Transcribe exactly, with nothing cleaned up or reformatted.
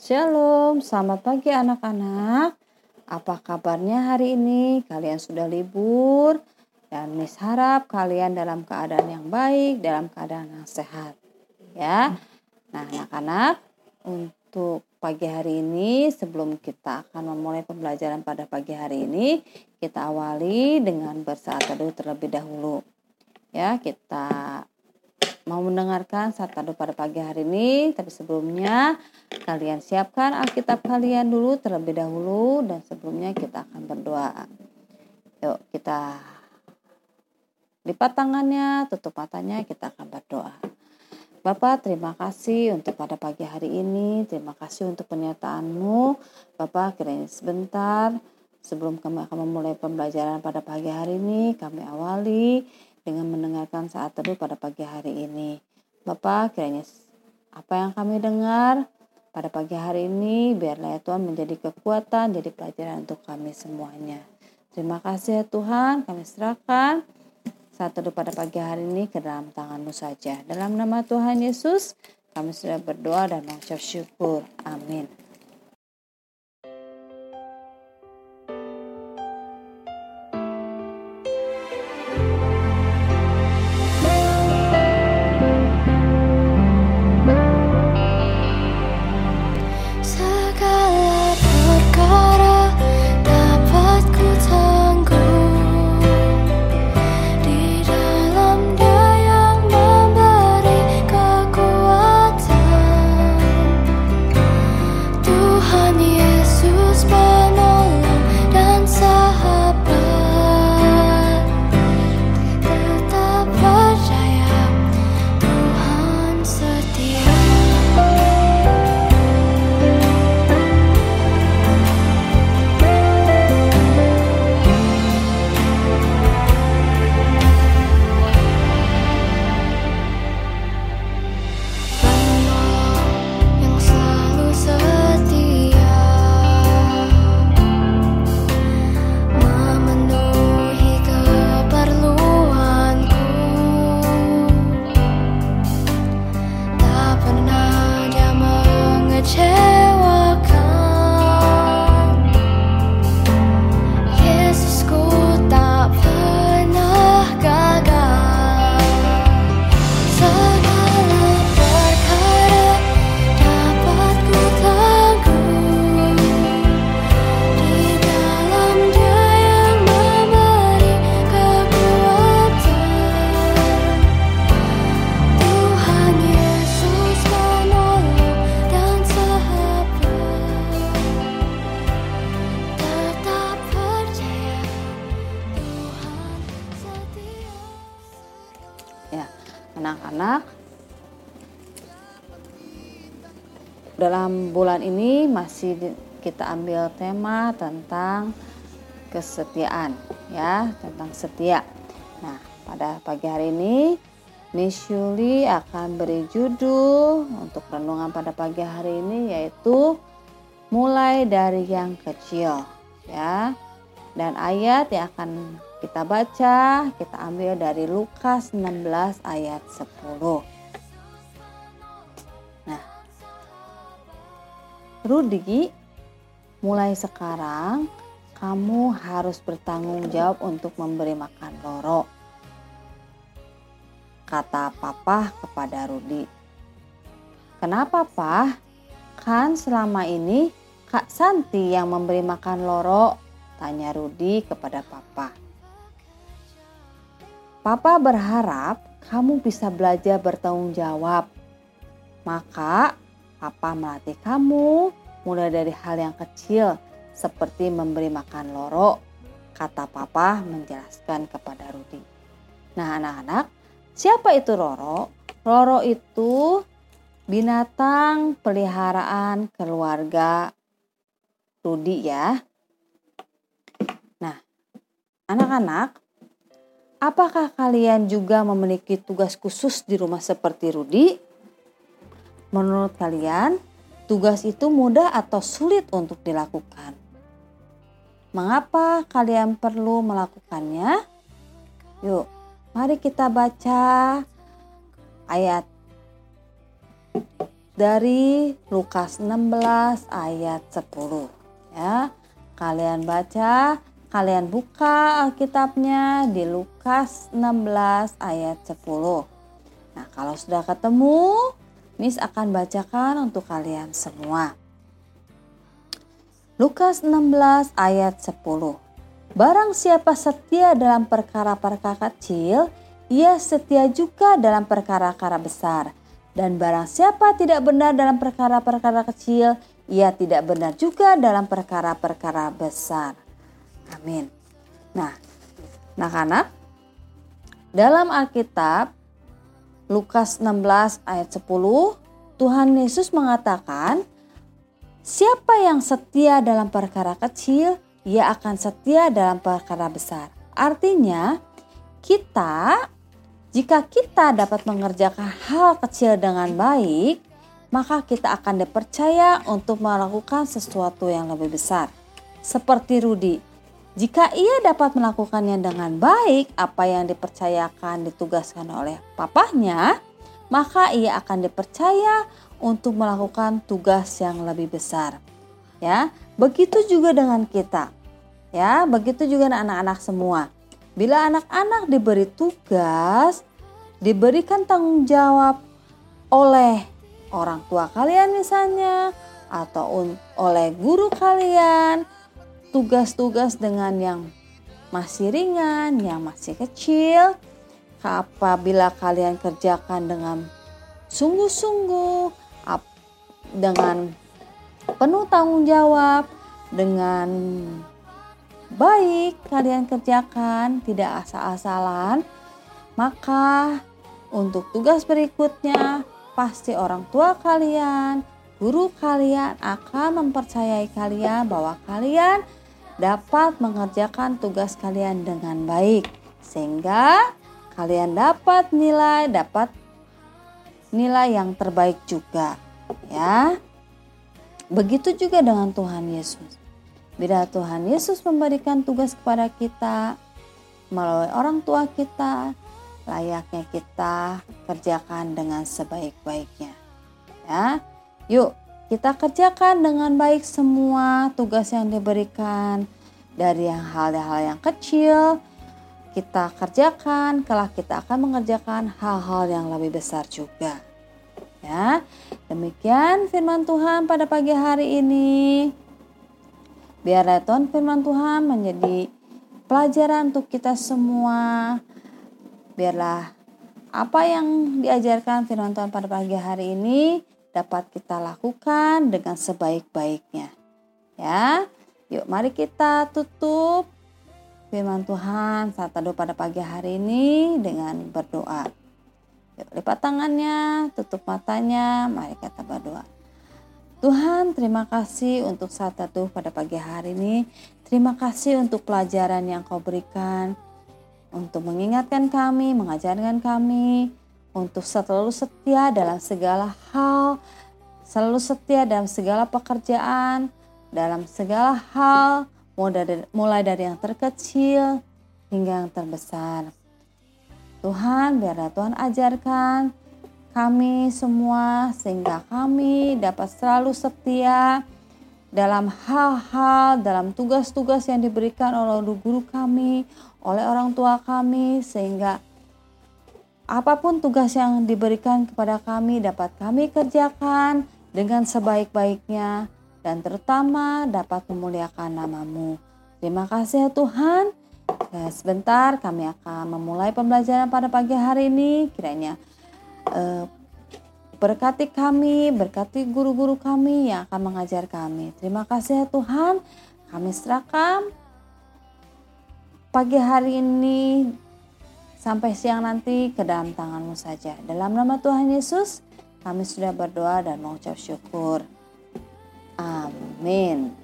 Shalom, selamat pagi anak-anak. Apa kabarnya hari ini? Kalian sudah libur dan Miss harap kalian dalam keadaan yang baik, dalam keadaan yang sehat. Ya. Nah, anak-anak, untuk pagi hari ini sebelum kita akan memulai pembelajaran pada pagi hari ini, kita awali dengan bersaat teduh terlebih dahulu. Ya, kita mau mendengarkan saat teduh pada pagi hari ini, tapi sebelumnya kalian siapkan Alkitab kalian dulu terlebih dahulu dan sebelumnya kita akan berdoa. Yuk kita lipat tangannya, tutup matanya, kita akan berdoa. Bapak, terima kasih untuk pada pagi hari ini, terima kasih untuk penyertaan-Mu. Bapak, kiranya sebentar sebelum kami akan memulai pembelajaran pada pagi hari ini, kami awali dengan mendengarkan saat teduh pada pagi hari ini. Bapak, kiranya apa yang kami dengar pada pagi hari ini, biarlah ya Tuhan menjadi kekuatan, jadi pelajaran untuk kami semuanya. Terima kasih ya Tuhan, kami serahkan saat teduh pada pagi hari ini ke dalam tangan-Mu saja. Dalam nama Tuhan Yesus, kami sudah berdoa dan mengucap syukur. Amin. Anak-anak, dalam bulan ini masih kita ambil tema tentang kesetiaan, ya, tentang setia. Nah, pada pagi hari ini Miss Yuli akan beri judul untuk renungan pada pagi hari ini, yaitu mulai dari yang kecil, ya. Dan ayat yang akan kita baca, kita ambil dari Lukas enam belas ayat sepuluh. Nah, Rudi, mulai sekarang kamu harus bertanggung jawab untuk memberi makan loro, kata Papa kepada Rudi. Kenapa, Pak? Kan selama ini Kak Santi yang memberi makan loro, tanya Rudi kepada Papa. Papa berharap kamu bisa belajar bertanggung jawab. Maka Papa melatih kamu mulai dari hal yang kecil seperti memberi makan loro, kata Papa menjelaskan kepada Rudi. Nah anak-anak, siapa itu Roro? Roro itu binatang peliharaan keluarga Rudi ya. Nah anak-anak, apakah kalian juga memiliki tugas khusus di rumah seperti Rudi? Menurut kalian, tugas itu mudah atau sulit untuk dilakukan? Mengapa kalian perlu melakukannya? Yuk, mari kita baca ayat dari Lukas enam belas ayat sepuluh. Ya, kalian baca, kalian buka Alkitabnya di Lukas enam belas ayat sepuluh. Nah, kalau sudah ketemu, Miss akan bacakan untuk kalian semua. Lukas enam belas ayat sepuluh. Barang siapa setia dalam perkara-perkara kecil, ia setia juga dalam perkara-perkara besar. Dan barang siapa tidak benar dalam perkara-perkara kecil, ia tidak benar juga dalam perkara-perkara besar. Amin. Nah, anak-anak, dalam Alkitab Lukas enam belas ayat sepuluh, Tuhan Yesus mengatakan, siapa yang setia dalam perkara kecil, ia akan setia dalam perkara besar. Artinya, kita jika kita dapat mengerjakan hal kecil dengan baik, maka kita akan dipercaya untuk melakukan sesuatu yang lebih besar. Seperti Rudi, jika ia dapat melakukannya dengan baik, apa yang dipercayakan ditugaskan oleh papahnya, maka ia akan dipercaya untuk melakukan tugas yang lebih besar. Ya, begitu juga dengan kita. Ya, begitu juga dengan anak-anak semua. Bila anak-anak diberi tugas, diberikan tanggung jawab oleh orang tua kalian misalnya, atau oleh guru kalian, tugas-tugas dengan yang masih ringan, yang masih kecil, apabila kalian kerjakan dengan sungguh-sungguh, dengan penuh tanggung jawab, dengan baik kalian kerjakan, tidak asal-asalan, maka untuk tugas berikutnya pasti orang tua kalian, guru kalian akan mempercayai kalian bahwa kalian dapat mengerjakan tugas kalian dengan baik, sehingga kalian dapat nilai, dapat nilai yang terbaik juga. Ya, begitu juga dengan Tuhan Yesus. Bila Tuhan Yesus memberikan tugas kepada kita melalui orang tua kita, layaknya kita kerjakan dengan sebaik-baiknya. Ya, yuk kita kerjakan dengan baik semua tugas yang diberikan, dari yang hal-hal yang kecil kita kerjakan, kelak kita akan mengerjakan hal-hal yang lebih besar juga. Ya, demikian firman Tuhan pada pagi hari ini. Biarlah Tuhan firman Tuhan menjadi pelajaran untuk kita semua. Biarlah apa yang diajarkan firman Tuhan pada pagi hari ini dapat kita lakukan dengan sebaik-baiknya. Ya, yuk mari kita tutup firman Tuhan saat teduh pada pagi hari ini dengan berdoa. Yuk, lipat tangannya, tutup matanya, mari kita berdoa. Tuhan, terima kasih untuk saat teduh pada pagi hari ini. Terima kasih untuk pelajaran yang Kau berikan, untuk mengingatkan kami, mengajarkan kami, untuk selalu setia dalam segala hal, selalu setia dalam segala pekerjaan, dalam segala hal, mulai dari yang terkecil hingga yang terbesar. Tuhan, biarlah Tuhan ajarkan kami semua sehingga kami dapat selalu setia dalam hal-hal, dalam tugas-tugas yang diberikan oleh guru kami, oleh orang tua kami, sehingga apapun tugas yang diberikan kepada kami dapat kami kerjakan dengan sebaik-baiknya dan terutama dapat memuliakan nama-Mu. Terima kasih ya Tuhan. Sebentar kami akan memulai pembelajaran pada pagi hari ini. Kiranya Uh, berkati kami, berkati guru-guru kami yang akan mengajar kami. Terima kasih ya Tuhan. Kami serahkan pagi hari ini sampai siang nanti ke dalam tangan-Mu saja. Dalam nama Tuhan Yesus kami sudah berdoa dan mengucap syukur. Amin.